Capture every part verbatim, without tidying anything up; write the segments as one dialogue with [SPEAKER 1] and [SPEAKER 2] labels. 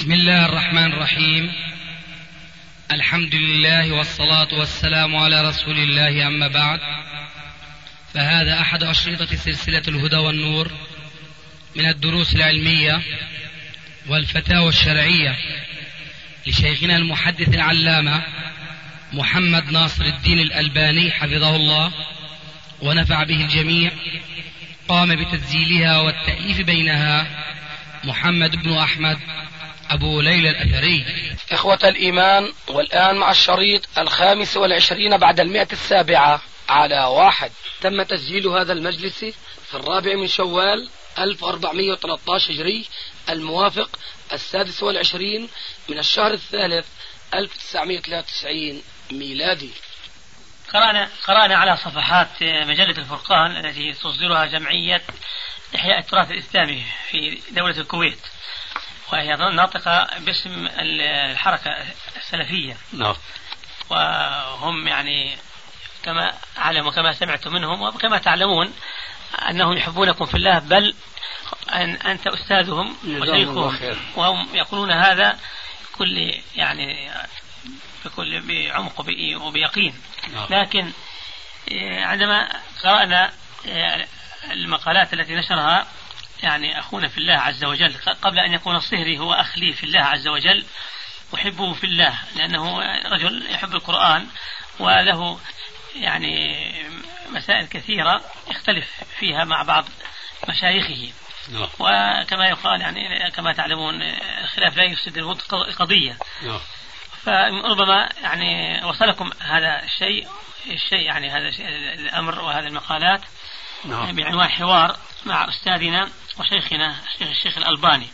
[SPEAKER 1] بسم الله الرحمن الرحيم. الحمد لله والصلاة والسلام على رسول الله، أما بعد، فهذا أحد أشرطة سلسلة الهدى والنور من الدروس العلمية والفتاوى الشرعية لشيخنا المحدث العلامة محمد ناصر الدين الألباني حفظه الله ونفع به الجميع. قام بتسجيلها والتأليف بينها محمد بن أحمد أبو ليلى الأثري.
[SPEAKER 2] إخوة الإيمان، والآن مع الشريط الخامس والعشرين بعد المئة السابعة على واحد. تم تسجيل هذا المجلس في الرابع من شوال ألف وأربعمائة وثلاثة عشر هجري، الموافق السادس والعشرين من الشهر الثالث ألف وتسعمائة وثلاثة وتسعين ميلادي.
[SPEAKER 3] قرأنا, قرأنا على صفحات مجلة الفرقان التي تصدرها جمعية إحياء التراث الإسلامي في دولة الكويت، وهي ناطقة باسم الحركة السلفية.
[SPEAKER 2] نعم.
[SPEAKER 3] وهم يعني كما أعلم وكما سمعت منهم وكما تعلمون أنهم يحبونكم في الله، بل أن أنت أستاذهم وشيخهم، وهم يقولون هذا كل يعني بكل بعمق وبيقين. لكن عندما قرأنا المقالات التي نشرها يعني أخونا في الله عز وجل، قبل أن يكون الصهري هو أخلي في الله عز وجل، أحبه في الله لأنه رجل يحب القرآن وله يعني مسائل كثيرة يختلف فيها مع بعض مشايخه. وكما يقال يعني كما تعلمون الخلاف لا يفسد الود قضية. فربما يعني وصلكم هذا الشيء الشيء يعني هذا الأمر وهذه المقالات بعنوان حوار مع أستاذنا وشيخنا الشيخ الشيخ الألباني.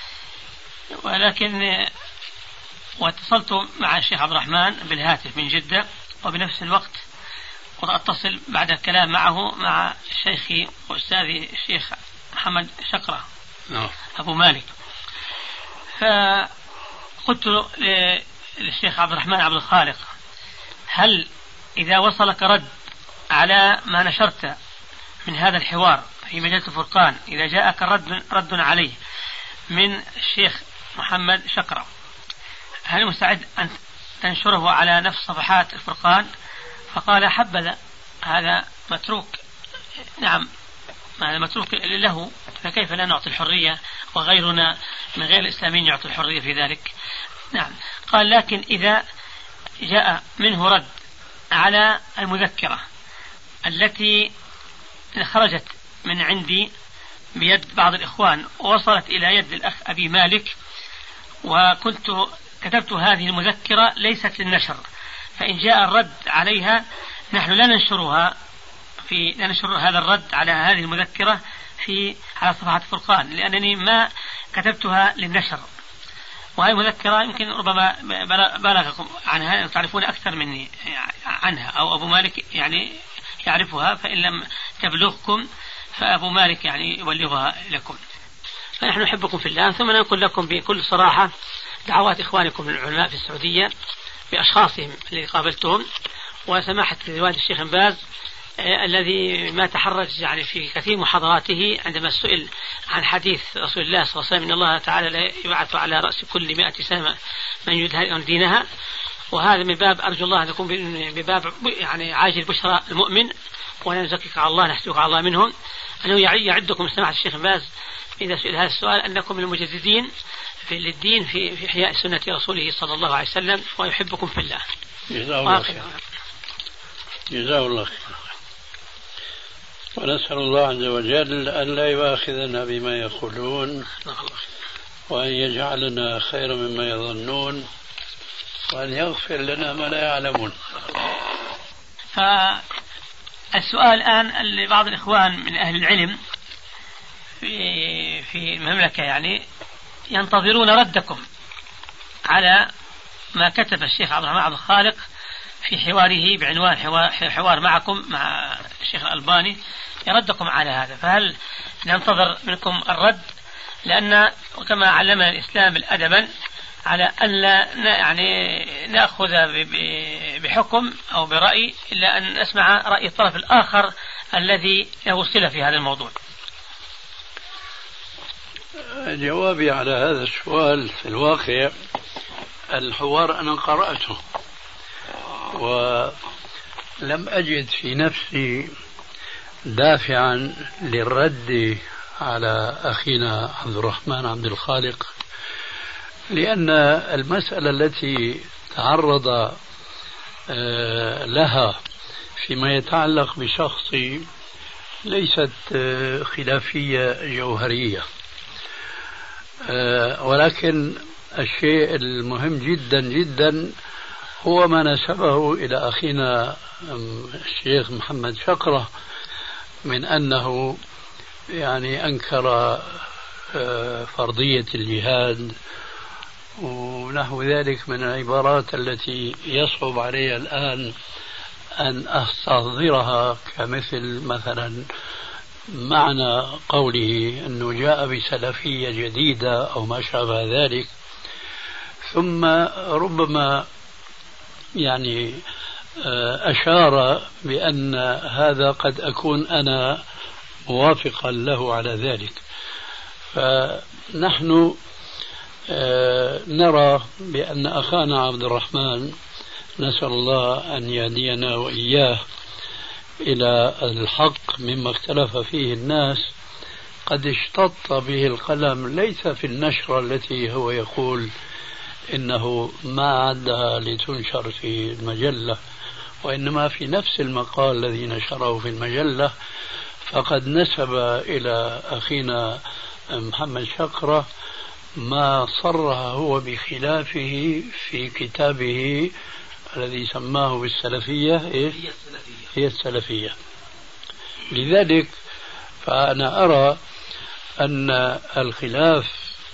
[SPEAKER 3] ولكن واتصلت مع الشيخ عبد الرحمن بالهاتف من جدة، وبنفس الوقت وأتصل بعد الكلام معه مع شيخي وأستاذي الشيخ محمد شقرة أبو مالك. فقلت للشيخ عبد الرحمن عبد الخالق: هل إذا وصلك رد على ما نشرت من هذا الحوار في مجلة الفرقان، إذا جاءك رد, رد عليه من الشيخ محمد شقرة، هل مستعد أن تنشره على نفس صفحات الفرقان؟ فقال: حبذا، هذا متروك. نعم، هذا متروك له، فكيف لا نعطي الحرية وغيرنا من غير الإسلاميين يعطي الحرية في ذلك؟ نعم. قال: لكن إذا جاء منه رد على المذكرة التي خرجت من عندي بيد بعض الإخوان ووصلت إلى يد الأخ أبي مالك، وكنت كتبت هذه المذكرة ليست للنشر، فإن جاء الرد عليها نحن لا ننشرها في لا ننشر هذا الرد على هذه المذكرة في على صفحة الفرقان، لأنني ما كتبتها للنشر. وهذه المذكرة يمكن ربما بلغكم عنها، تعرفون أكثر مني عنها، أو أبو مالك يعني يعرفها، فإن لم تبلغكم فأبو مالك يعني يبلغها لكم. فنحن نحبكم في الله. ثم نقول لكم بكل صراحة دعوات إخوانكم العلماء في السعودية بأشخاصهم اللي قابلتهم، وسماحة الوالد الشيخ بن باز الذي ما تحرج يعني في كثير محاضراته عندما سئل عن حديث رسول الله صلى الله عليه وسلم: إن الله تعالى لا يبعث على رأس كل مئة سنة من يدهر دينها. وهذا من باب أرجو الله أن يكون بباب يعني عاجل بشرى المؤمن، ولا نزكيك على الله، نحسبك على الله منهم. أنه يعدكم سماحة الشيخ باز إذا سئل هذا السؤال أنكم من المجددين في الدين في في إحياء سنة رسوله صلى الله عليه وسلم، ويحبكم في الله.
[SPEAKER 4] جزاه الله خير. جزاه الله خير. ونسأل الله عز وجل أن لا يؤاخذنا بما يقولون، وأن يجعلنا خيرا مما يظنون، وأن يغفر لنا ما لا يعلمون.
[SPEAKER 3] فالسؤال الآن لبعض الإخوان من أهل العلم في في المملكة يعني ينتظرون ردكم على ما كتب الشيخ عبد الرحمن عبد الخالق في حواره بعنوان حوار معكم مع الشيخ الألباني، يردكم على هذا. فهل ننتظر منكم الرد؟ لأن كما علمنا الإسلام الأدبا على أن لا يعني نأخذ بحكم أو برأي إلا أن نسمع رأي الطرف الآخر الذي له صلة في هذا الموضوع.
[SPEAKER 4] جوابي على هذا السؤال في الواقع الحوار أنا قرأته ولم أجد في نفسي دافعا للرد على أخينا عبد الرحمن عبد الخالق، لأن المسألة التي تعرض لها فيما يتعلق بشخصي ليست خلافية جوهرية، ولكن الشيء المهم جدا جدا هو ما نسبه إلى أخينا الشيخ محمد شقرة من أنه يعني أنكر فرضية الجهاد ونحو ذلك من العبارات التي يصعب علي الآن أن أستحضرها، كمثل مثلا معنى قوله أنه جاء بسلفية جديدة أو ما شابه ذلك. ثم ربما يعني أشار بأن هذا قد أكون أنا موافقا له على ذلك. فنحن نرى بأن أخانا عبد الرحمن نسأل الله أن يهدينا وإياه إلى الحق مما اختلف فيه الناس قد اشتط به القلم، ليس في النشرة التي هو يقول إنه ما عدها لتنشر في المجلة، وإنما في نفس المقال الذي نشره في المجلة فقد نسب إلى أخينا محمد شقرة ما صرح هو بخلافه في كتابه الذي سماه بالسلفية إيه؟ هي السلفية. هي السلفية. لذلك فأنا أرى أن الخلاف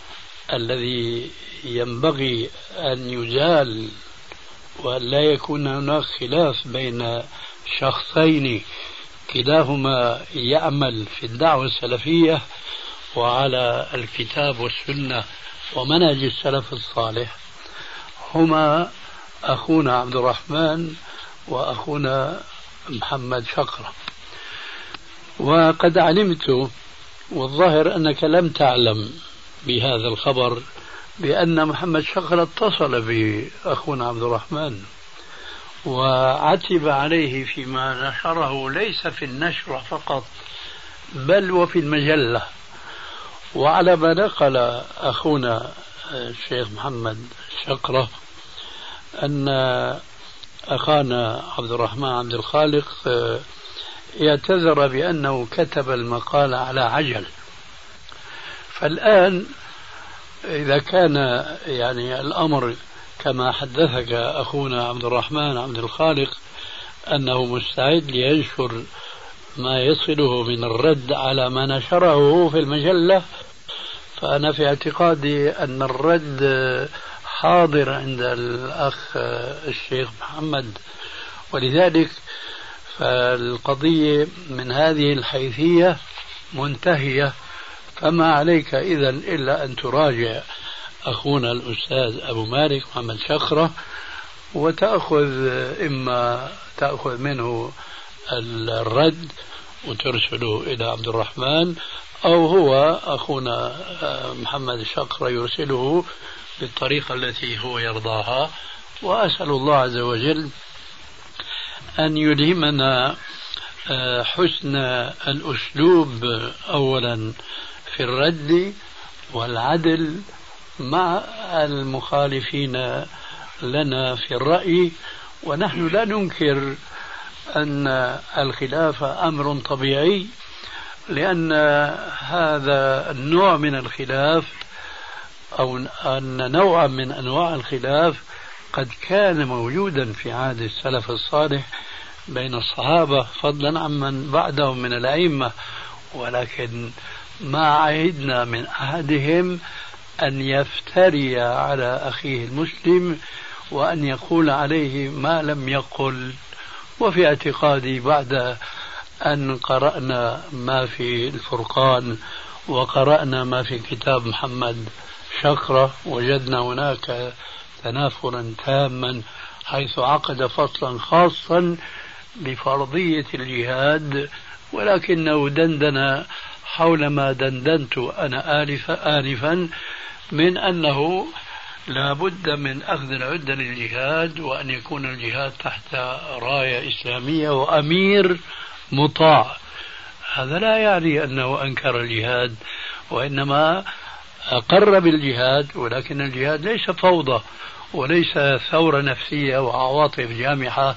[SPEAKER 4] الذي ينبغي أن يزال وأن لا يكون هناك خلاف بين شخصين كلاهما يعمل في الدعوة السلفية وعلى الكتاب والسنة ومنهج السلف الصالح، هما أخونا عبد الرحمن وأخونا محمد شقرة. وقد علمت والظاهر أنك لم تعلم بهذا الخبر بأن محمد شقرة اتصل بأخونا عبد الرحمن وعتب عليه فيما نشره ليس في النشرة فقط بل وفي المجلة. وعلى ما نقل أخونا الشيخ محمد شقرة أن أخانا عبد الرحمن عبد الخالق يعتذر بأنه كتب المقال على عجل. فالآن إذا كان يعني الأمر كما حدثك أخونا عبد الرحمن عبد الخالق أنه مستعد لينشر ما يصله من الرد على ما نشره في المجلة، فأنا في اعتقادي أن الرد حاضر عند الأخ الشيخ محمد، ولذلك فالقضية من هذه الحيثية منتهية. فما عليك إذن إلا أن تراجع أخونا الأستاذ أبو مالك محمد شقرة وتأخذ إما تأخذ منه الرد وترسله إلى عبد الرحمن، أو هو أخونا محمد شقرة يرسله بالطريقة التي هو يرضاها. وأسأل الله عز وجل أن يلهمنا حسن الأسلوب أولا في الرد والعدل مع المخالفين لنا في الرأي. ونحن لا ننكر أن الخلاف أمر طبيعي، لأن هذا النوع من الخلاف أو أن نوعا من أنواع الخلاف قد كان موجودا في عهد السلف الصالح بين الصحابة فضلا عمن بعدهم من الأئمة، ولكن ما عهدنا من أحدهم أن يفتري على أخيه المسلم وأن يقول عليه ما لم يقل. وفي اعتقادي بعد أن قرأنا ما في الفرقان وقرأنا ما في كتاب محمد شقرة وجدنا هناك تنافرا تاما، حيث عقد فصلا خاصا بفرضية الجهاد، ولكنه دندن حول ما دندنت أنا آنفا, آنفا من أنه لا بد من أخذ العدة للجهاد، وأن يكون الجهاد تحت راية إسلامية وأمير مطاع. هذا لا يعني أنه أنكر الجهاد، وإنما أقر بالجهاد، ولكن الجهاد ليس فوضى وليس ثورة نفسية وعواطف جامحة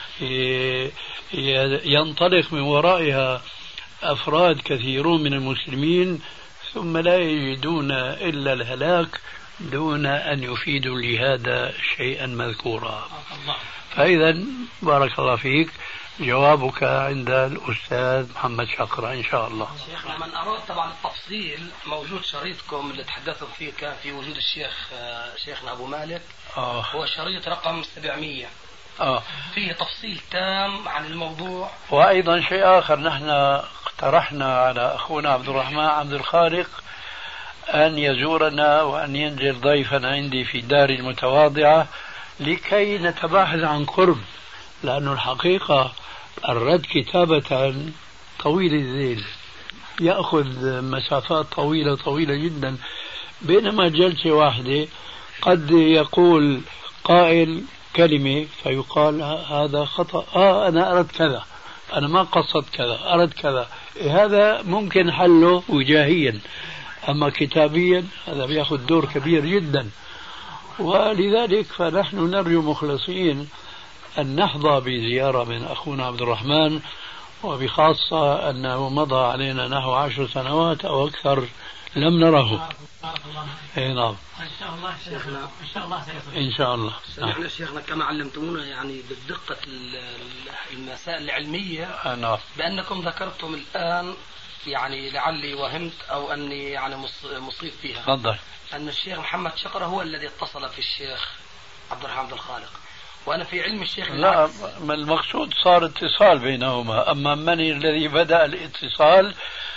[SPEAKER 4] ينطلق من ورائها أفراد كثيرون من المسلمين ثم لا يجدون إلا الهلاك دون أن يفيدوا الجهاد شيئا مذكورا. فإذا بارك الله فيك، جوابك عند الأستاذ محمد شقرة إن شاء الله.
[SPEAKER 2] شيخنا من أراد طبعا التفصيل موجود شريطكم اللي تحدثوا فيه كان في وجود الشيخ شيخنا أبو مالك.
[SPEAKER 4] آه.
[SPEAKER 2] هو شريط رقم سبعمية.
[SPEAKER 4] آه.
[SPEAKER 2] فيه تفصيل تام عن الموضوع.
[SPEAKER 4] وأيضا شيء آخر، نحن اقترحنا على أخونا عبد الرحمن عبد الخالق أن يزورنا وأن ينزل ضيفا عندي في داري المتواضعة لكي نتباحث عن قرب، لأن الحقيقة الرد كتابة طويل الذيل يأخذ مسافات طويلة طويلة جدا، بينما جلسة واحدة قد يقول قائل كلمة فيقال هذا خطأ، آه أنا أردت كذا، أنا ما قصدت كذا، أردت كذا. إيه هذا ممكن حله وجاهيا، أما كتابيا هذا بيأخذ دور كبير جدا. ولذلك فنحن نرجو مخلصين أن نحظى بزيارة من أخونا عبد الرحمن، وبخاصة أنه مضى علينا نحو عشر سنوات أو أكثر لم نره. اي نعم.
[SPEAKER 3] ان شاء الله شيخنا ان شاء الله سيصل.
[SPEAKER 4] ان شاء الله.
[SPEAKER 2] نحن شيخنا كما علمتمونا يعني بالدقة المسائل العلمية.
[SPEAKER 4] نعم.
[SPEAKER 2] بأنكم ذكرتم الآن يعني لعلي وهمت أو أني يعني مصيب فيها.
[SPEAKER 4] تفضل.
[SPEAKER 2] أن الشيخ محمد شقرة هو الذي اتصل في الشيخ عبد الرحمن عبد الخالق، وأنا في علم الشيخ
[SPEAKER 4] لا، ما المقصود صار اتصال بينهما، أما من الذي بدأ الاتصال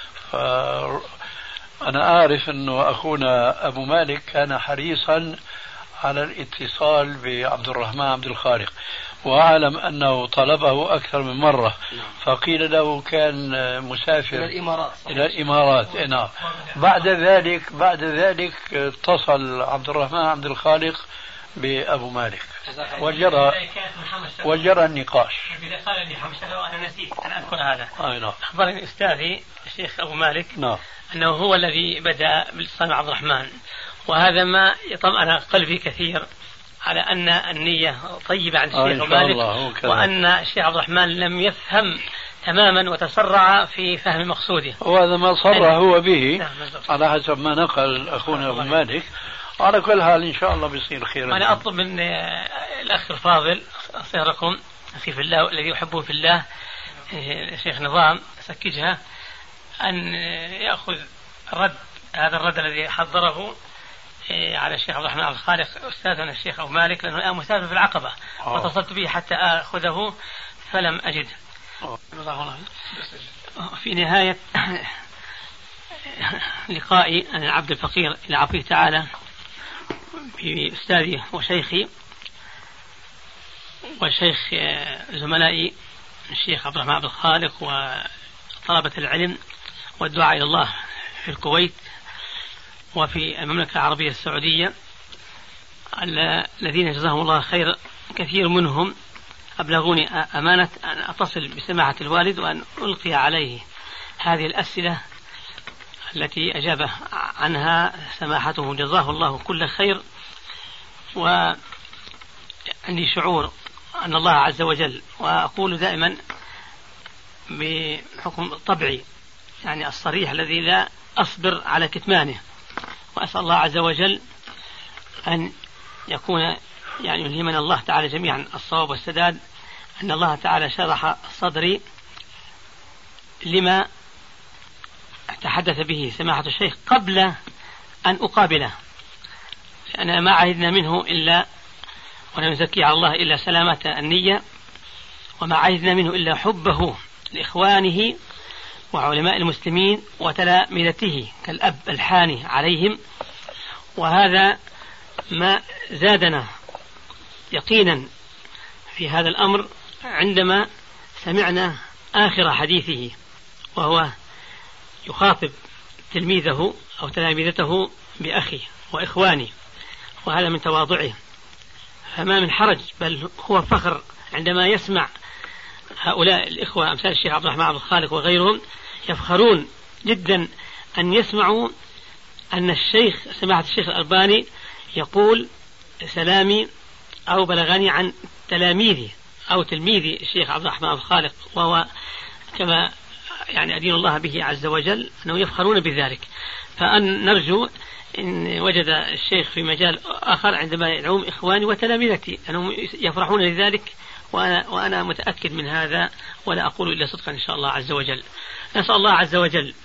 [SPEAKER 4] فأنا أعرف أنه أخونا أبو مالك كان حريصا على الاتصال بعبد الرحمن عبد الخالق، وأعلم أنه طلبه أكثر من مرة، فقيل له كان مسافر
[SPEAKER 2] إلى الإمارات.
[SPEAKER 4] إلى الإمارات. نعم. بعد ذلك بعد ذلك اتصل عبد الرحمن عبد الخالق بأبو مالك وجرى وجرى النقاش.
[SPEAKER 3] قال لي أنا نسيت أنا أذكر هذا.
[SPEAKER 4] آه نعم.
[SPEAKER 3] أخبرني أستاذي الشيخ أبو مالك
[SPEAKER 4] نعم.
[SPEAKER 3] أنه هو الذي بدأ بالاتصال مع عبد الرحمن، وهذا ما يطمئن قلبي كثير على أن النية طيبة عند الشيخ أبو مالك، وأن الشيخ عبد الرحمن لم يفهم تماما وتسرع في فهم مقصوده،
[SPEAKER 4] وهذا ما صر هو به على حسب ما نقل أخونا أبو مالك. على كل حال إن شاء الله بيصير خير.
[SPEAKER 3] أنا أطلب من الأخ الفاضل صهركم أخي في الله الذي يحبه في الله شيخ نظام سكجها أن يأخذ رد هذا الرد الذي حضره على الشيخ عبد الرحمن عبد الخالق أستاذنا الشيخ أبو مالك، لأنه الآن مسافر في العقبة واتصلت به حتى أخذه فلم أجد. في نهاية لقائي أنا العبد الفقير إلى عفوه تعالى بأستاذي وشيخي وشيخ زملائي الشيخ عبد الرحمن عبد الخالق وطلبة العلم والدعاء إلى الله في الكويت وفي المملكة العربية السعودية الذين جزاهم الله خير، كثير منهم أبلغوني أمانة أن أتصل بسماحة الوالد وأن ألقي عليه هذه الأسئلة التي أجاب عنها سماحته جزاه الله كل خير. وعندي شعور أن الله عز وجل، وأقول دائما بحكم طبعي يعني الصريح الذي لا أصبر على كتمانه، وأسأل الله عز وجل أن يكون يعني يلهمنا الله تعالى جميعا الصواب والسداد، أن الله تعالى شرح صدري لما تحدث به سماحة الشيخ قبل أن أقابله، لأننا ما عهدنا منه إلا ولا نزكي على الله إلا سلامة النية، وما عهدنا منه إلا حبه لإخوانه وعلماء المسلمين وتلامذته كالأب الحاني عليهم. وهذا ما زادنا يقينا في هذا الأمر عندما سمعنا آخر حديثه، وهو يخاطب تلميذه أو تلاميذته بأخي وإخواني، وهذا من تواضعه، فما من حرج، بل هو فخر عندما يسمع هؤلاء الإخوة أمثال الشيخ عبد الرحمن عبد الخالق وغيرهم يفخرون جدا أن يسمعوا أن الشيخ سماحة الشيخ الألباني يقول سلامي أو بلغني عن تلاميذي أو تلميذي الشيخ عبد الرحمن عبد الخالق، وهو كما يعني أدين الله به عز وجل أنه يفخرون بذلك. فأن نرجو إن وجد الشيخ في مجال آخر عندما يدعوهم إخواني وتلاميذتي أنهم يفرحون لذلك، وأنا, وأنا متأكد من هذا ولا أقول إلا صدقا إن شاء الله عز وجل. نسأل الله عز وجل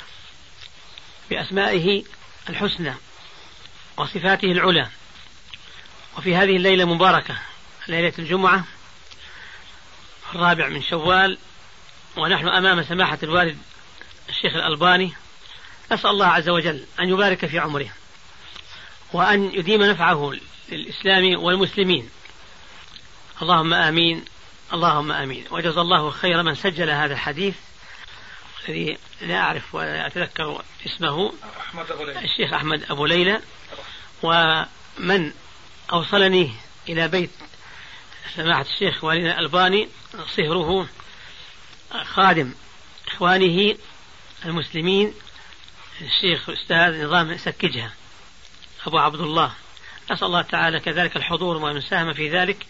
[SPEAKER 3] بأسمائه الحسنى وصفاته العلى، وفي هذه الليلة المباركة ليلة الجمعة الرابع من شوال، ونحن أمام سماحة الوالد الشيخ الألباني، نسأل الله عز وجل أن يبارك في عمره وأن يديم نفعه للإسلام والمسلمين، اللهم آمين اللهم آمين. وجزا الله خير من سجل هذا الحديث الذي لا أعرف ولا أتذكر اسمه، الشيخ أحمد أبو ليلى، ومن أوصلني إلى بيت سماحة الشيخ والدنا الألباني صهره خادم إخوانه المسلمين الشيخ الأستاذ نظام سكجها أبو عبد الله. نسأل الله تعالى كذلك الحضور ومن ساهم في ذلك،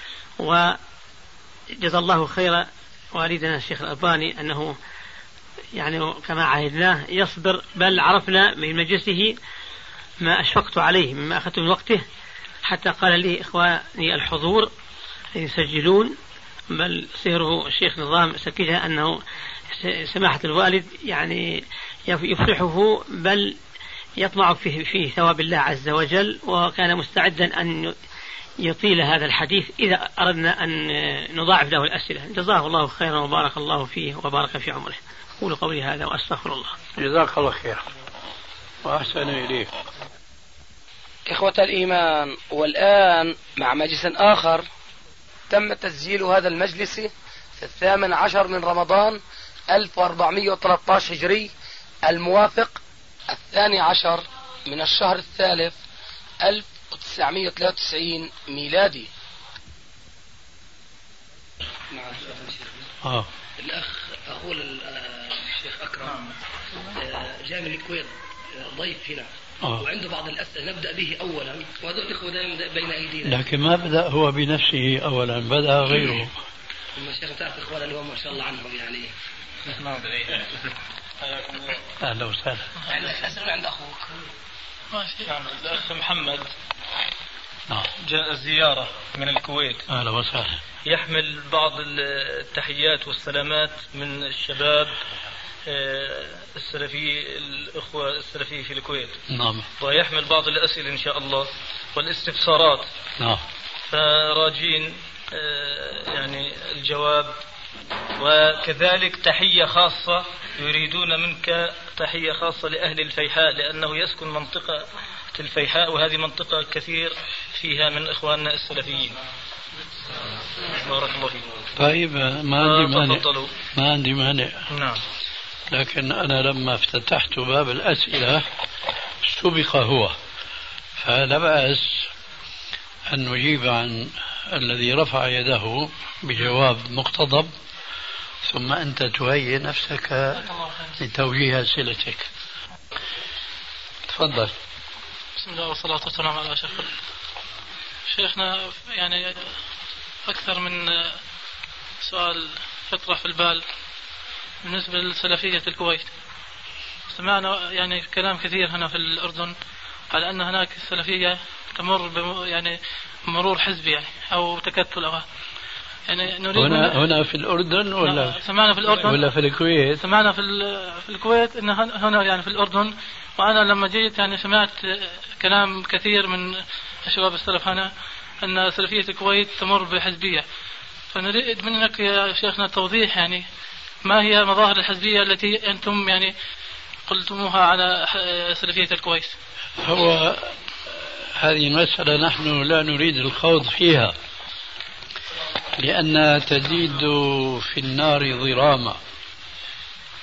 [SPEAKER 3] وجزا الله خير والدنا الشيخ الألباني أنه يعني كما عهدناه يصبر، بل عرفنا من مجلسه ما أشفقت عليه مما أخذت من وقته، حتى قال لي إخواني الحضور يسجلون، بل صهره الشيخ نظام سكجها أنه سماحة الوالد يعني يفرحه بل يطمع فيه, فيه ثواب الله عز وجل، وكان مستعدا أن يطيل هذا الحديث إذا أردنا أن نضاعف له الأسئلة. جزاه الله خيرا وبارك الله فيه وبارك في عمره. أقول قولي هذا وأستغفر الله.
[SPEAKER 4] جزاك الله خير وأحسن إليك.
[SPEAKER 2] إخوة الإيمان، والآن مع مجلس آخر تم تسجيل هذا المجلس في الثامن عشر من رمضان ألف وأربعمائة وثلاثة عشر هجري، الموافق الثاني عشر من الشهر الثالث ألف وتسعمائة وثلاثة وتسعين ميلادي.
[SPEAKER 4] آه.
[SPEAKER 2] الأخ أقول الشيخ أكرم جاء من الكويت ضيف هنا، آه. وعنده بعض الأسئلة نبدأ به أولا، وهذول الإخوة دائما بين أيدينا،
[SPEAKER 4] لكن ما بدأ هو بنفسه أولا، بدأ غيره.
[SPEAKER 2] الشيخ تعرف إخوانا اليوم ما شاء الله عنهم يعني.
[SPEAKER 4] أهلا وسهلا.
[SPEAKER 2] الأسئلة عند أخوك.
[SPEAKER 5] ماشي. نعم. الأخ محمد
[SPEAKER 4] نعم.
[SPEAKER 5] جاء زيارة من الكويت.
[SPEAKER 4] أهلا وسهلا.
[SPEAKER 5] يحمل بعض التحيات والسلامات من الشباب السلفي، الأخوة السلفية في الكويت.
[SPEAKER 4] نعم.
[SPEAKER 5] ويحمل بعض الأسئلة إن شاء الله والاستفسارات.
[SPEAKER 4] نعم.
[SPEAKER 5] فراجين يعني الجواب، وكذلك تحية خاصة يريدون منك تحية خاصة لأهل الفيحاء، لأنه يسكن منطقة الفيحاء، وهذه منطقة كثير فيها من إخواننا السلفيين. بارك الله فيكم.
[SPEAKER 4] طيب ما عندي مانع، ما عندي مانع.
[SPEAKER 5] نعم.
[SPEAKER 4] لكن أنا لما افتتحت باب الأسئلة سبق هو، فلا بأس أن نجيب عن الذي رفع يده بجواب مقتضب، ثم أنت تهيئ نفسك لتوجيه أسئلتك. تفضل.
[SPEAKER 5] بسم الله والصلاة والسلام على أشرف. شيخنا يعني أكثر من سؤال يطرح في البال بالنسبة للسلفية الكويت. سمعنا يعني كلام كثير هنا في الأردن على أن هناك السلفية تمر يعني مرور حزبي يعني أو تكتل أو يعني نريد
[SPEAKER 4] هنا هنا في الأردن ولا
[SPEAKER 5] سمعنا في الأردن
[SPEAKER 4] ولا في الكويت؟
[SPEAKER 5] سمعنا في في الكويت إن هنا يعني في الأردن، وأنا لما جيت يعني سمعت كلام كثير من الشباب السلف هنا أن سلفية الكويت تمر بحزبية، فنريد منك يا شيخنا توضيح يعني ما هي مظاهر الحزبية التي أنتم يعني قلتموها على سلفية الكويت.
[SPEAKER 4] هو هذه المسألة نحن لا نريد الخوض فيها، لأن تزيد في النار ضراما،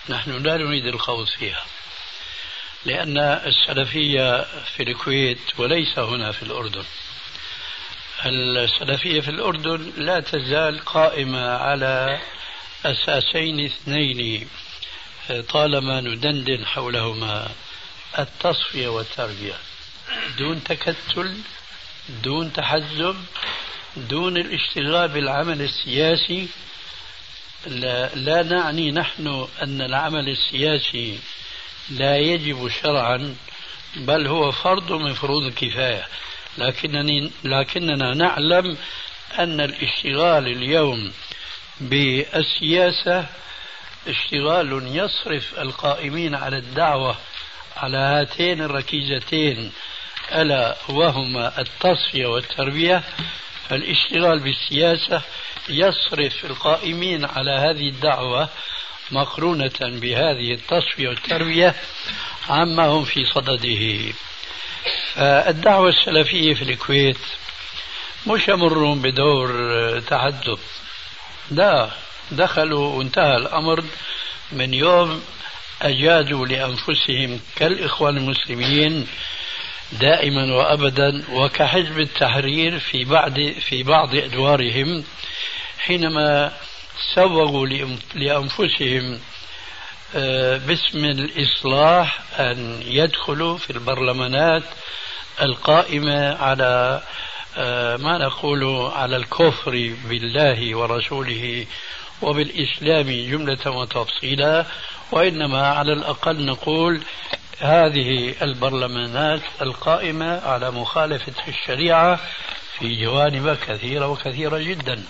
[SPEAKER 4] نحن لا نريد الخوض فيها، لأن السلفية في الكويت وليس هنا في الأردن. السلفية في الأردن لا تزال قائمة على أساسين اثنين طالما ندندن حولهما: التصفية والتربية، دون تكتل، دون تحزب، دون الاشتغال بالعمل السياسي. لا, لا نعني نحن أن العمل السياسي لا يجب شرعا، بل هو فرض من فروض الكفاية، لكنني لكننا نعلم أن الاشتغال اليوم بالسياسة اشتغال يصرف القائمين على الدعوة على هاتين الركيزتين، ألا وهما التصفية والتربية. فالاشتغال بالسياسة يصرف القائمين على هذه الدعوة مقرونة بهذه التصفية والتربية عما هم في صدده. فالدعوة السلفية في الكويت مش يمرون بدور تحدث، لا، دخلوا وانتهى الأمر من يوم أجادوا لأنفسهم كالإخوان المسلمين دائما وأبدا، وكحزب التحرير في بعض في بعض أدوارهم، حينما سوغوا لأنفسهم باسم الإصلاح أن يدخلوا في البرلمانات القائمة على ما نقول على الكفر بالله ورسوله وبالإسلام جملة وتفصيلا، وإنما على الأقل نقول هذه البرلمانات القائمة على مخالفة الشريعة في جوانب كثيرة وكثيرة جدا.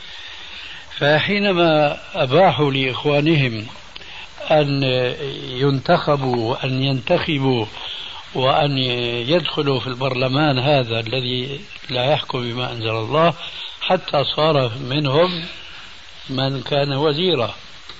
[SPEAKER 4] فحينما أباحوا لإخوانهم أن ينتخبوا وأن ينتخبوا وأن يدخلوا في البرلمان هذا الذي لا يحكم بما أنزل الله، حتى صار منهم من كان وزيرا.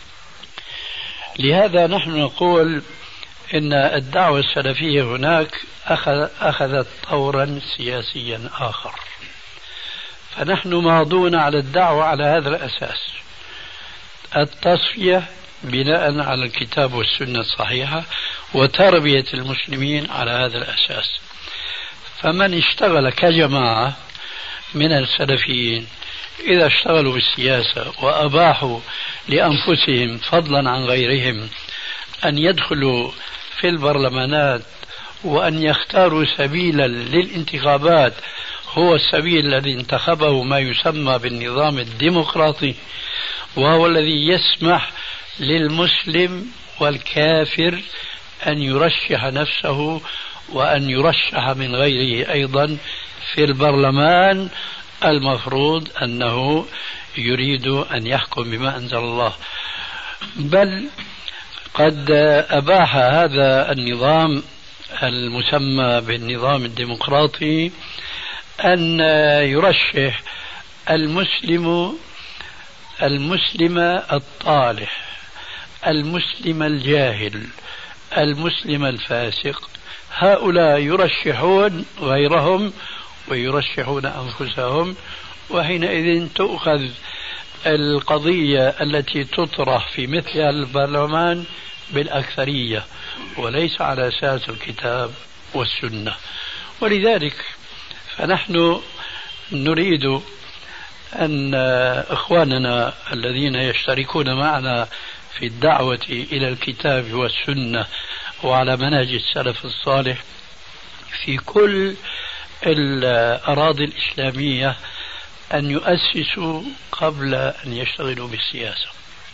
[SPEAKER 4] لهذا نحن نقول إن الدعوة السلفية هناك أخذت طورا سياسيا آخر، فنحن ماضون على الدعوة على هذا الأساس: التصفية بناء على الكتاب والسنة الصحيحة، وتربية المسلمين على هذا الأساس. فمن اشتغل كجماعة من السلفيين إذا اشتغلوا بالسياسة وأباحوا لأنفسهم فضلا عن غيرهم أن يدخلوا في البرلمانات وأن يختاروا سبيلا للانتخابات هو السبيل الذي انتخبه ما يسمى بالنظام الديمقراطي، وهو الذي يسمح للمسلم والكافر أن يرشح نفسه وأن يرشح من غيره أيضا في البرلمان، المفروض أنه يريد أن يحكم بما أنزل الله. بل قد أباح هذا النظام المسمى بالنظام الديمقراطي أن يرشح المسلم المسلم الطالح، المسلم الجاهل، المسلم الفاسق، هؤلاء يرشحون غيرهم ويرشحون أنفسهم، وحينئذ تؤخذ القضية التي تطرح في مثل البرلمان بالأكثرية وليس على أساس الكتاب والسنة. ولذلك فنحن نريد أن إخواننا الذين يشتركون معنا في الدعوة إلى الكتاب والسنة وعلى منهج السلف الصالح في كل الأراضي الإسلامية أن يؤسسوا قبل أن يشتغلوا بالسياسة.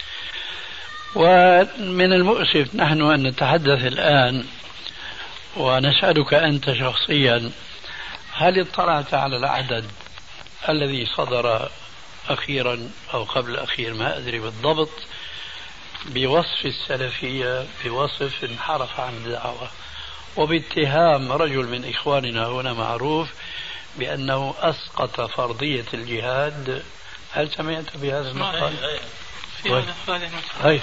[SPEAKER 4] ومن المؤسف نحن أن نتحدث الآن ونسألك أنت شخصيا: هل اطلعت على العدد الذي صدر أخيرا أو قبل الأخير ما أدري بالضبط بوصف السلفية بوصف انحرف عن الدعوة وباتهام رجل من إخواننا هنا معروف بأنه أسقط فرضية الجهاد؟ هل سمعت بهذا المقال؟
[SPEAKER 5] في
[SPEAKER 4] هاي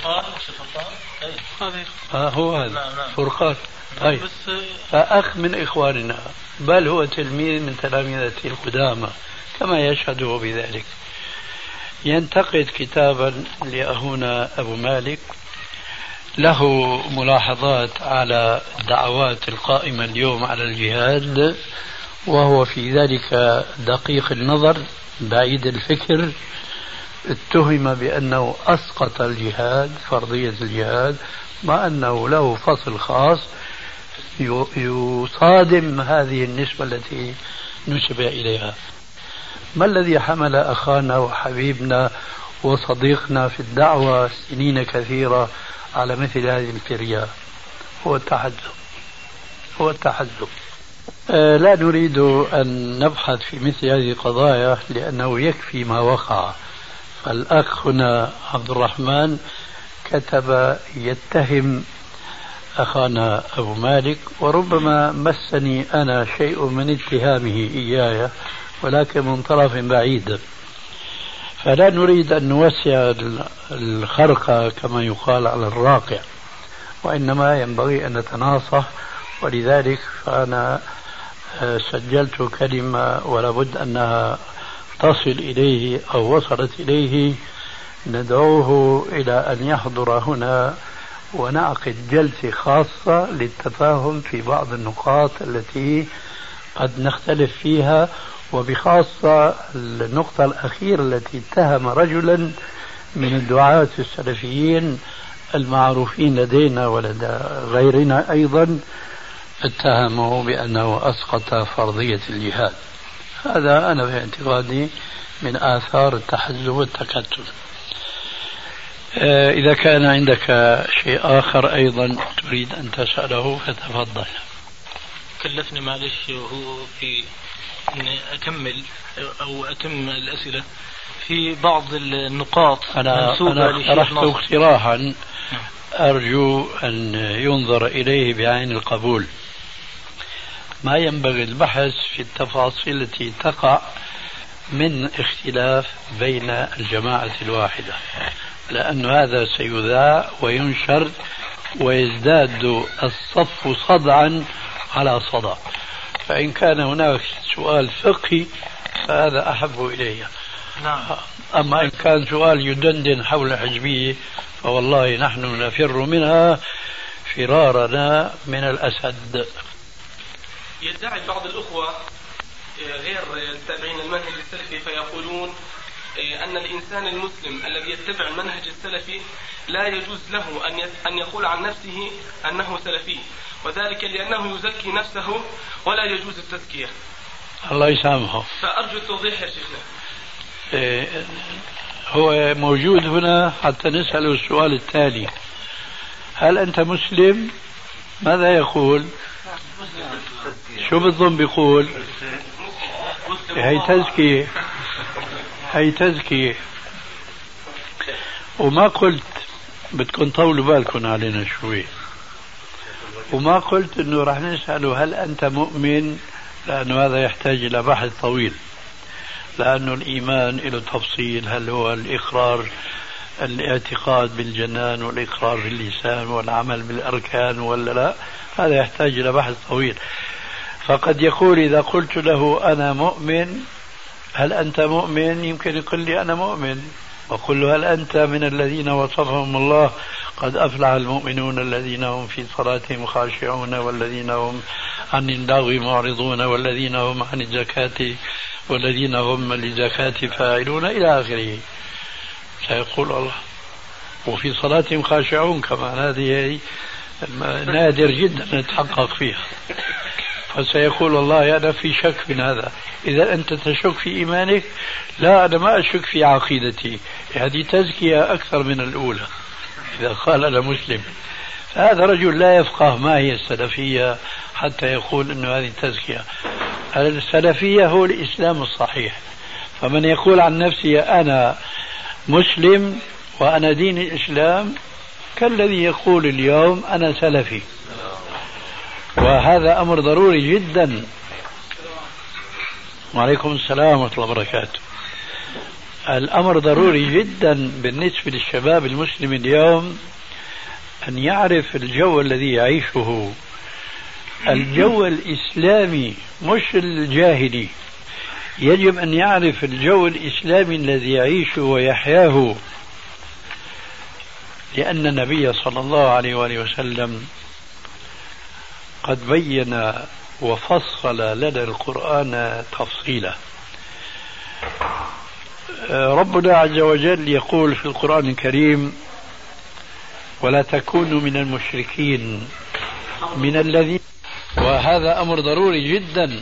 [SPEAKER 4] آه هو هذا فرقان. هاي فأخ من إخواننا، بل هو تلميذ من تلاميذته القدامى كما يشهد بذلك، ينتقد كتابا لأخونا أبو مالك له ملاحظات على الدعوات القائمة اليوم على الجهاد، وهو في ذلك دقيق النظر بعيد الفكر. اتهم بأنه أسقط الجهاد، فرضية الجهاد، مع أنه له فصل خاص يصادم هذه النسبة التي نسب إليها. ما الذي حمل أخانا وحبيبنا وصديقنا في الدعوة سنين كثيرة على مثل هذه الفرية؟ هو التحزب، هو التحزب. آه لا نريد أن نبحث في مثل هذه القضايا لأنه يكفي ما وقع. فالأخ هنا عبد الرحمن كتب يتهم أخانا أبو مالك، وربما مسني أنا شيء من اتهامه إياي، ولكن من طرف بعيد. فلا نريد أن نوسع الخرق كما يقال على الراقع، وإنما ينبغي أن نتناصح. ولذلك فأنا سجلت كلمة ولابد أنها تصل إليه أو وصلت إليه، ندعوه إلى أن يحضر هنا ونعقد جلسة خاصة للتفاهم في بعض النقاط التي قد نختلف فيها، وبخاصة النقطة الأخيرة التي اتهم رجلا من الدعاة السلفيين المعروفين لدينا ولدى غيرنا أيضا، اتهمه بأنه أسقط فرضية الجهاد. هذا أنا في اعتقادي من آثار التحزب والتكتل. إذا كان عندك شيء آخر أيضا تريد أن تسأله فتفضل.
[SPEAKER 5] كلفني معلش وهو في أن أكمل أو أتم الأسئلة في بعض النقاط.
[SPEAKER 4] أنا, أنا اقترحت اقتراحا أرجو أن ينظر إليه بعين القبول. ما ينبغي البحث في التفاصيل التي تقع من اختلاف بين الجماعة الواحدة، لأن هذا سيذاع وينشر ويزداد الصف صدعا على صدع. فإن كان هناك سؤال فقهي فهذا أحب إلي. أما إن كان سؤال يدندن حول حزبية فوالله نحن نفر منها فرارنا من الأسد.
[SPEAKER 6] يدعي بعض الأخوة غير التابعين المنهج السلفي فيقولون أن الإنسان المسلم الذي يتبع المنهج السلفي لا يجوز له أن يقول عن نفسه أنه سلفي، وذلك لأنه يزكي نفسه ولا يجوز التزكية.
[SPEAKER 4] الله يسامحه.
[SPEAKER 6] فأرجو التوضيح يا شيخنا.
[SPEAKER 4] إيه هو موجود هنا حتى نسأله السؤال التالي: هل أنت مسلم؟ ماذا يقول؟ شو بالضم بيقول؟ هي تزكية، هي تزكية. وما قلت بدكم طولوا بالكم علينا شوي، وما قلت انه راح نسأله هل انت مؤمن، لانه هذا يحتاج الى بحث طويل، لانه الايمان له تفصيل. هل هو الاقرار الاعتقاد بالجنان والاقرار باللسان والعمل بالاركان ولا لا؟ هذا يحتاج الى بحث طويل. فقد يقول إذا قلت له أنا مؤمن هل أنت مؤمن؟ يمكن يقول لي أنا مؤمن، وقل له هل أنت من الذين وصفهم الله قد أفلح المؤمنون الذين هم في صلاتهم خاشعون والذين هم عن اللغو معرضون والذين هم عن الزكاة والذين هم للزكاة فاعلون إلى آخره. سيقول الله وفي صلاتهم خاشعون كمان، هذه نادر جدا نتحقق فيها. فسيقول الله أنا في شك من هذا. إذا أنت تشك في إيمانك، لا أنا ما أشك في عقيدتي، هذه تزكية أكثر من الأولى إذا قال أنا مسلم. فهذا رجل لا يفقه ما هي السلفية حتى يقول أنه هذه التزكية. السلفية هو الإسلام الصحيح. فمن يقول عن نفسه أنا مسلم وأنا دين الإسلام كالذي يقول اليوم أنا سلفي، وهذا أمر ضروري جدا. وعليكم السلام ورحمة الله وبركاته. الأمر ضروري جدا بالنسبة للشباب المسلم اليوم أن يعرف الجو الذي يعيشه، الجو الإسلامي مش الجاهلي. يجب أن يعرف الجو الإسلامي الذي يعيشه ويحياه. لأن النبي صلى الله عليه وآله وسلم قد بين وفصل لنا القرآن تفصيلا. ربنا عز وجل يقول في القرآن الكريم: ولا تكونوا من المشركين من الذين، وهذا أمر ضروري جدا.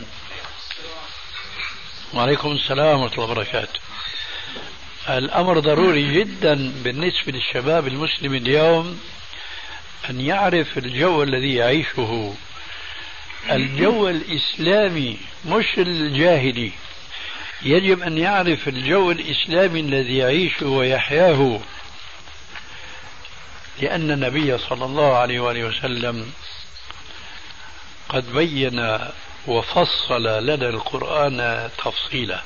[SPEAKER 4] وعليكم السلام ورحمة الله وبركاته. الأمر ضروري جدا بالنسبة للشباب المسلم اليوم أن يعرف الجو الذي يعيشه، الجو الإسلامي مش الجاهلي. يجب أن يعرف الجو الإسلامي الذي يعيشه ويحياه، لأن النبي صلى الله عليه وآله وسلم قد بين وفصل لنا القرآن تفصيلا.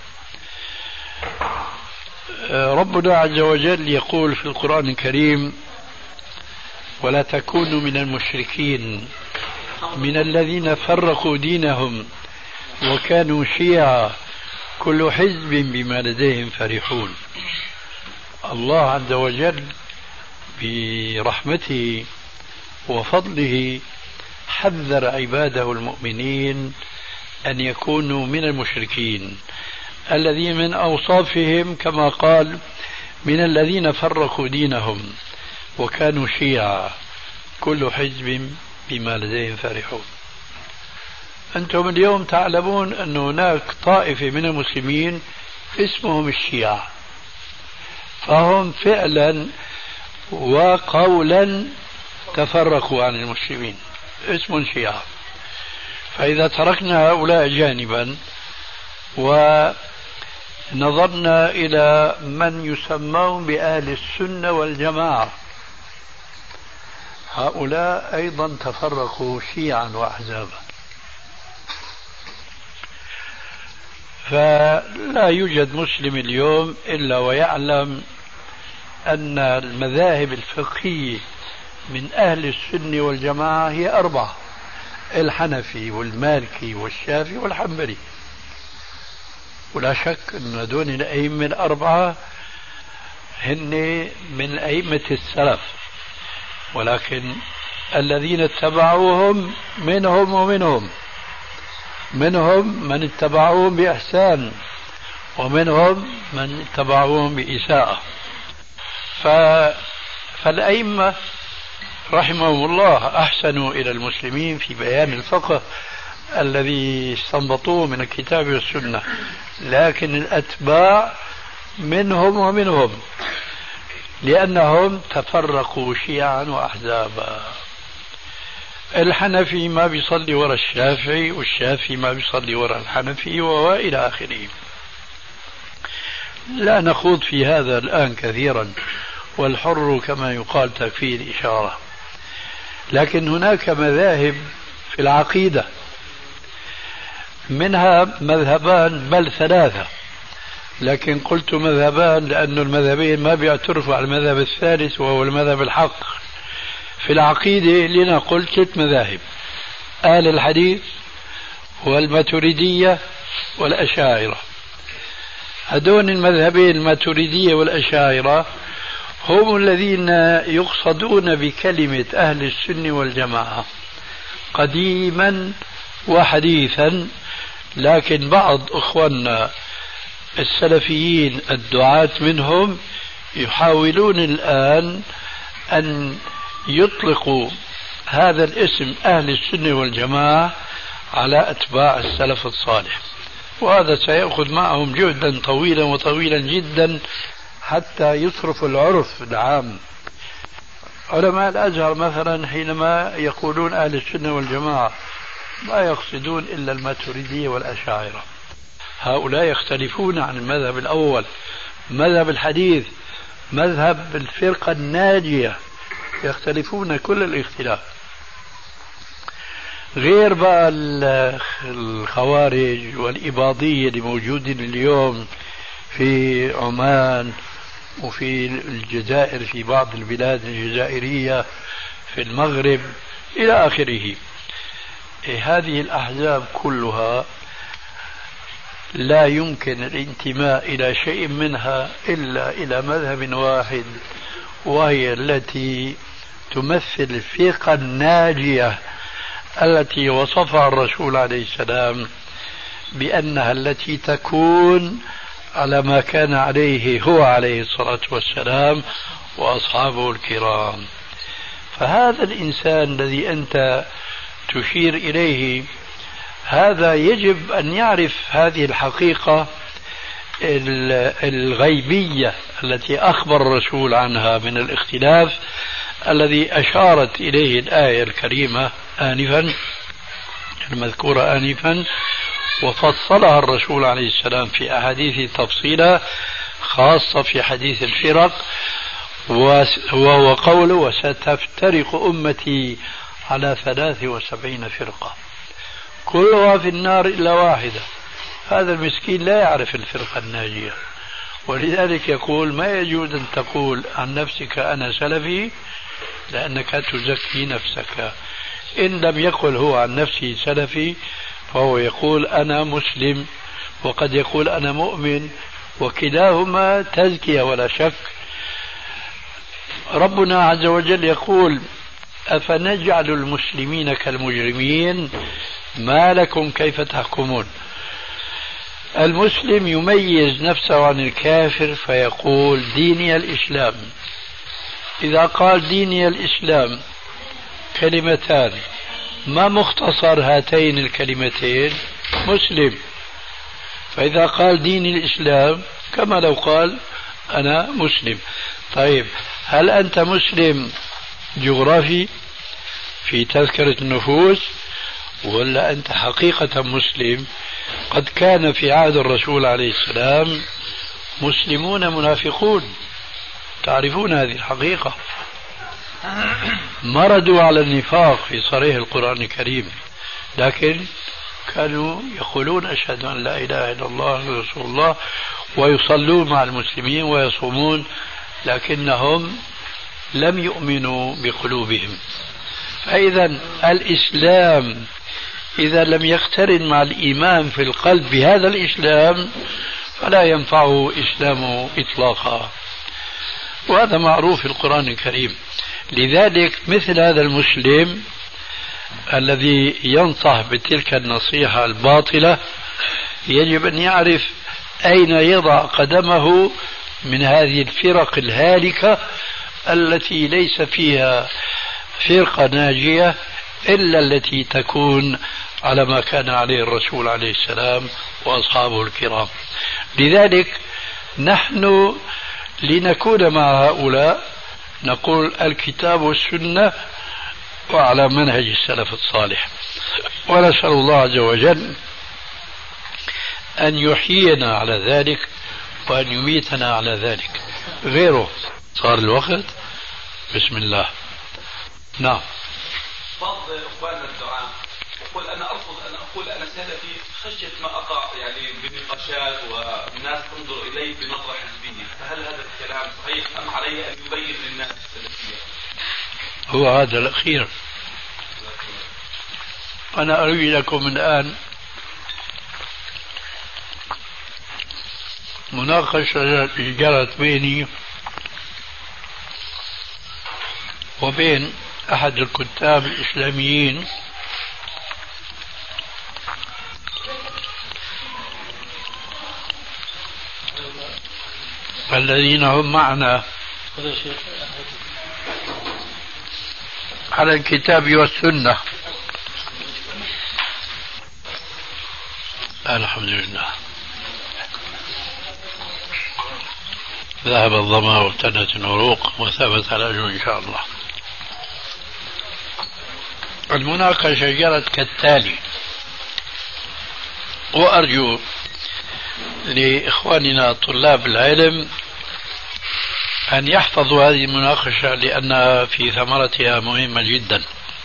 [SPEAKER 4] ربنا عز وجل يقول في القرآن الكريم: ولا تكونوا من المشركين من الذين فرقوا دينهم وكانوا شيعا كل حزب بما لديهم فرحون. الله عز وجل برحمته وفضله حذر عباده المؤمنين أن يكونوا من المشركين الذين من أوصافهم كما قال: من الذين فرقوا دينهم وكانوا شيعا كل حزب بما لديهم فرحون. أنتم اليوم تعلمون أن هناك طائفة من المسلمين اسمهم الشيعة، فهم فعلا وقولا تفرقوا عن المسلمين، اسم شيعة. فإذا تركنا هؤلاء جانبا ونظرنا إلى من يسمون بأهل السنة والجماعة، هؤلاء أيضا تفرقوا شيعا وأحزابا. فلا يوجد مسلم اليوم إلا ويعلم أن المذاهب الفقهية من أهل السنة والجماعة هي أربعة: الحنفي والمالكي والشافعي والحنبلي. ولا شك أن هذول الأئمة الأربعة هن من أئمة السلف، ولكن الذين اتبعوهم منهم ومنهم منهم من اتبعوهم بإحسان ومنهم من اتبعوهم بإساءة. ف... فالأئمة رحمهم الله أحسنوا إلى المسلمين في بيان الفقه الذي استنبطوه من الكتاب والسنة، لكن الأتباع منهم ومنهم، لأنهم تفرقوا شيعا وأحزابا. الحنفي ما بيصلي وراء الشافعي، والشافعي ما بيصلي وراء الحنفي، وإلى آخره. لا نخوض في هذا الآن كثيرا، والحر كما يقال تكفيه الإشارة. لكن هناك مذاهب في العقيدة، منها مذهبان بل ثلاثة، لكن قلت مذهبان لأن المذهبين ما بيعترفوا على المذهب الثالث وهو المذهب الحق. في العقيدة لنا قلت ست مذاهب: أهل الحديث والماتريدية والأشاعرة. هذون المذهبين الماتريدية والأشاعرة هم الذين يقصدون بكلمة أهل السنة والجماعة قديما وحديثا، لكن بعض أخواننا السلفيين الدعاة منهم يحاولون الآن أن يطلقوا هذا الاسم أهل السنة والجماعة على أتباع السلف الصالح، وهذا سيأخذ معهم جهدا طويلا وطويلا جدا حتى يصرف العرف العام. علماء الأزهر مثلا حينما يقولون أهل السنة والجماعة لا يقصدون إلا الماتريدية والأشاعرة. هؤلاء يختلفون عن المذهب الأول، مذهب الحديث، مذهب الفرقة الناجية، يختلفون كل الاختلاف. غير بقى الخوارج والإباضية اللي موجودين اليوم في عمان وفي الجزائر، في بعض البلاد الجزائرية، في المغرب إلى آخره. هذه الأحزاب كلها لا يمكن الانتماء إلى شيء منها إلا إلى مذهب واحد، وهي التي تمثل الفرقة الناجية التي وصفها الرسول عليه السلام بأنها التي تكون على ما كان عليه هو عليه الصلاة والسلام وأصحابه الكرام. فهذا الإنسان الذي أنت تشير إليه هذا يجب أن يعرف هذه الحقيقة الغيبية التي أخبر الرسول عنها من الاختلاف الذي أشارت إليه الآية الكريمة آنفا المذكورة آنفا، وفصلها الرسول عليه السلام في أحاديث تفصيلا خاصة في حديث الفرق، وهو قوله وستفترق أمتي على ثلاث وسبعين فرقة كلها في النار إلا واحدة. هذا المسكين لا يعرف الفرقة الناجية، ولذلك يقول ما يجوز أن تقول عن نفسك أنا سلفي لأنك تزكي نفسك. إن لم يقل هو عن نفسه سلفي فهو يقول أنا مسلم، وقد يقول أنا مؤمن، وكلاهما تزكية ولا شك. ربنا عز وجل يقول أفنجعل المسلمين كالمجرمين ما لكم كيف تحكمون. المسلم يميز نفسه عن الكافر فيقول ديني الإسلام. إذا قال ديني الإسلام كلمتان ما مختصر هاتين الكلمتين مسلم، فإذا قال ديني الإسلام كما لو قال أنا مسلم. طيب هل أنت مسلم جغرافي في تذكرة النفوس ولا أنت حقيقة مسلم؟ قد كان في عهد الرسول عليه السلام مسلمون منافقون، تعرفون هذه الحقيقة، مردوا على النفاق في صريح القرآن الكريم، لكن كانوا يقولون أشهد أن لا إله إلا الله رسول الله ويصلون مع المسلمين ويصومون، لكنهم لم يؤمنوا بقلوبهم. فإذا الإسلام إذا لم يقترن مع الإيمان في القلب بهذا الإسلام فلا ينفعه إسلامه إطلاقا، وهذا معروف في القرآن الكريم. لذلك مثل هذا المسلم الذي ينصح بتلك النصيحة الباطلة يجب أن يعرف أين يضع قدمه من هذه الفرق الهالكة التي ليس فيها فرقة ناجية إلا التي تكون على ما كان عليه الرسول عليه السلام وأصحابه الكرام. لذلك نحن لنكون مع هؤلاء نقول الكتاب والسنة وعلى منهج السلف الصالح، ونسأل الله عز وجل أن يحيينا على ذلك وأن يميتنا على ذلك. غيره صار الوقت. بسم الله. نعم.
[SPEAKER 6] بعض اخواننا الدعاء يقول انا ارفض ان اقول انا سلفي خشيه ما اقع يعني بنقاشات والناس تنظر الي بنظره حزبيه، فهل هذا الكلام صحيح ام علي ان يبين للناس السلفيه؟
[SPEAKER 4] هو هذا الاخير. انا اروي لكم الان مناقشه جرت بيني وبين أحد الكتاب الإسلاميين الذين هم معنا على الكتاب والسنة. الحمد لله ذهب الظما وابتدت العروق وثبت الأجر إن شاء الله. المناقشة جرت كالتالي، وأرجو لإخواننا طلاب العلم أن يحفظوا هذه المناقشة لأنها في ثمرتها مهمة جدا.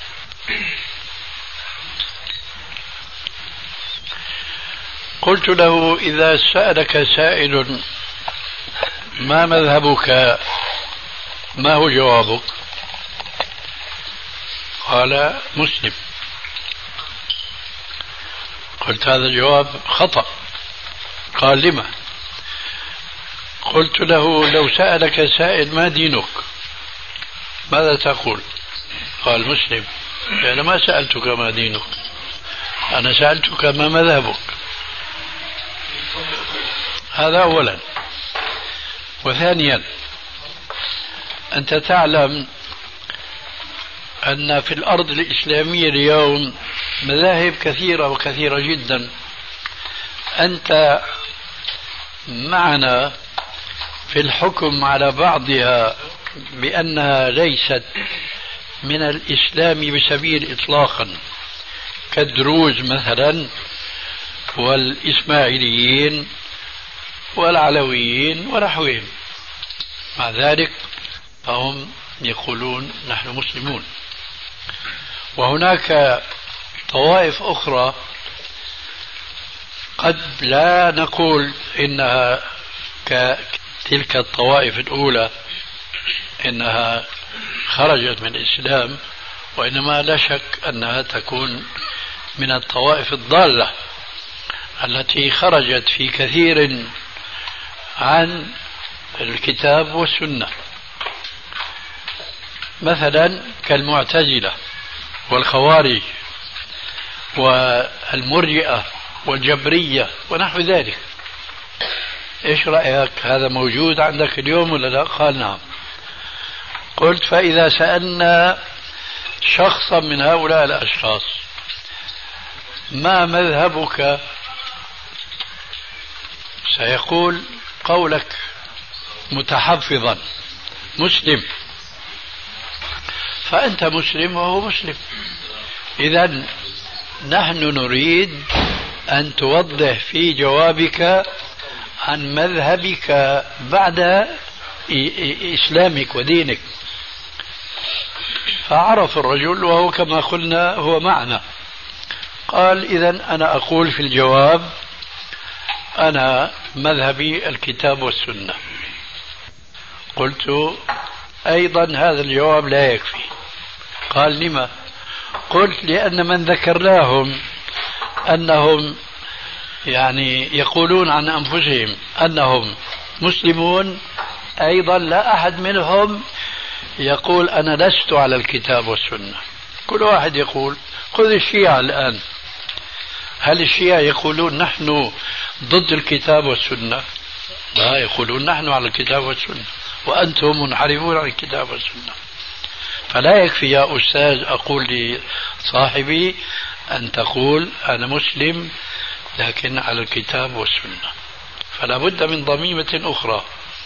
[SPEAKER 4] قلت له إذا سألك سائل ما مذهبك ما هو جوابك؟ قال مسلم. قلت هذا جواب خطأ. قال لما؟ قلت له لو سألك سائل ما دينك ماذا تقول؟ قال مسلم. أنا ما سألتك ما دينك، أنا سألتك ما مذهبك. هذا أولا. وثانيا، أنت تعلم أن في الأرض الإسلامية اليوم مذاهب كثيرة وكثيرة جدا. أنت معنا في الحكم على بعضها بأنها ليست من الإسلام بسبيل إطلاقا، كالدروز مثلا والإسماعيليين والعلويين ونحوهم. مع ذلك فهم يقولون نحن مسلمون. وهناك طوائف أخرى قد لا نقول إنها كتلك الطوائف الأولى إنها خرجت من الإسلام، وإنما لا شك أنها تكون من الطوائف الضالة التي خرجت في كثير عن الكتاب والسنة، مثلا كالمعتزلة والخوارج والمرجئة والجبرية ونحو ذلك. إيش رأيك؟ هذا موجود عندك اليوم ولا لا؟ قال نعم. قلت فإذا سألنا شخصا من هؤلاء الأشخاص ما مذهبك، سيقول قولك متحفظا مسلم، فأنت مسلم وهو مسلم. إذن نحن نريد أن توضح في جوابك عن مذهبك بعد إسلامك ودينك. فعرف الرجل، وهو كما قلنا هو معنا. قال إذن أنا أقول في الجواب أنا مذهبي الكتاب والسنة. قلت أيضا هذا الجواب لا يكفي. قال لما؟ قلت لأن من ذكرناهم أنهم يعني يقولون عن أنفسهم أنهم مسلمون، أيضا لا أحد منهم يقول أنا لست على الكتاب والسنة. كل واحد يقول. خذ الشيعة الآن، هل الشيعة يقولون نحن ضد الكتاب والسنة؟ لا، يقولون نحن على الكتاب والسنة وأنتم منحرفون عن الكتاب والسنة. فلا يكفي يا أستاذ أقول لصاحبي أن تقول أنا مسلم لكن على الكتاب والسنة، فلا بد من ضميمة أخرى.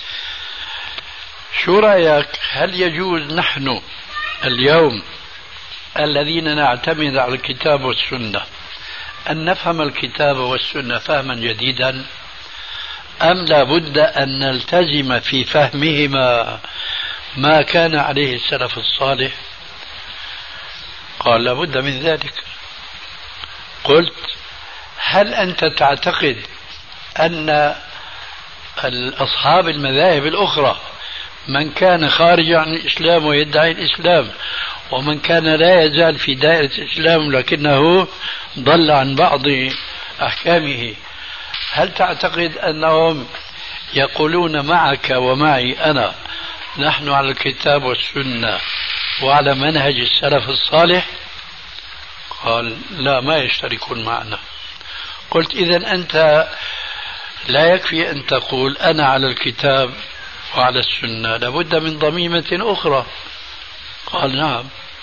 [SPEAKER 4] شو رأيك؟ هل يجوز نحن اليوم الذين نعتمد على الكتاب والسنة أن نفهم الكتاب والسنة فهما جديدا، أم لا بد أن نلتزم في فهمهما ما كان عليه السلف الصالح؟ قال لا بد من ذلك. قلت هل أنت تعتقد أن أصحاب المذاهب الأخرى من كان خارج عن الإسلام ويدعي الإسلام، ومن كان لا يزال في دائرة الإسلام لكنه ضل عن بعض أحكامه، هل تعتقد أنهم يقولون معك ومعي أنا نحن على الكتاب والسنة وعلى منهج السلف الصالح؟ قال لا، ما يشتركون معنا. قلت إذن أنت لا يكفي أن تقول أنا على الكتاب وعلى السنة، لابد من ضميمة أخرى. قال نعم.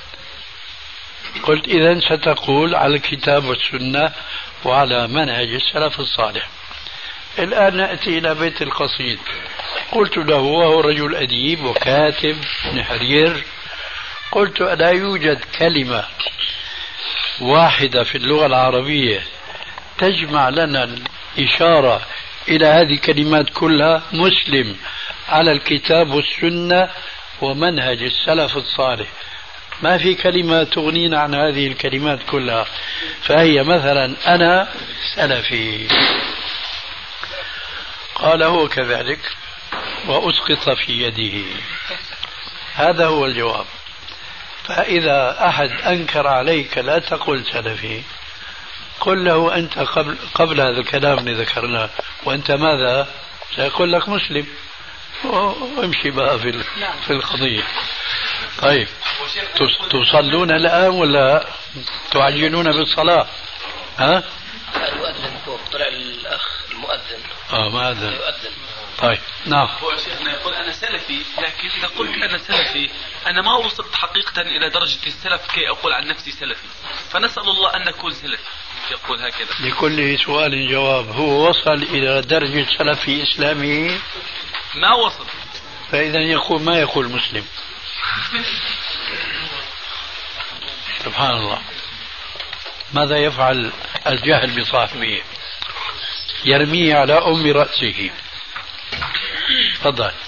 [SPEAKER 4] قلت إذن ستقول على الكتاب والسنة وعلى منهج السلف الصالح. الآن نأتي إلى بيت القصيد. قلت له وهو رجل أديب وكاتب ابن حرير، قلت لا يوجد كلمة واحدة في اللغة العربية تجمع لنا الإشارة إلى هذه الكلمات كلها، مسلم على الكتاب والسنة ومنهج السلف الصالح. ما في كلمة تغنينا عن هذه الكلمات كلها. فهي مثلا أنا سلفي. قال هو كذلك وأسقط في يده. هذا هو الجواب. فإذا أحد أنكر عليك لا تقل سلفي، قل له أنت قبل, قبل هذا الكلام اللي ذكرناه وأنت ماذا؟ سيقول لك مسلم، وامشي بقى في, في القضية. طيب تص- تصلون الآن ولا تعجلون بالصلاة؟ ها؟
[SPEAKER 2] يؤذن فوق، طلع الأخ المؤذن.
[SPEAKER 4] اه ما أذن.
[SPEAKER 2] يؤذن.
[SPEAKER 4] طيب نعم.
[SPEAKER 7] هو شيخنا يقول أنا سلفي، لكن إذا قلت أنا سلفي أنا ما وصلت حقيقة إلى درجة السلف كي أقول عن نفسي سلفي، فنسأل الله أن نكون سلفي. يقول هكذا.
[SPEAKER 4] لكل سؤال جواب. هو وصل إلى درجة سلف في إسلامه؟
[SPEAKER 7] ما وصل.
[SPEAKER 4] فإذا يقول ما يقول مسلم. سبحان الله. ماذا يفعل الجهل بصاحبه؟ يرميه على أم رأسه. تفضل.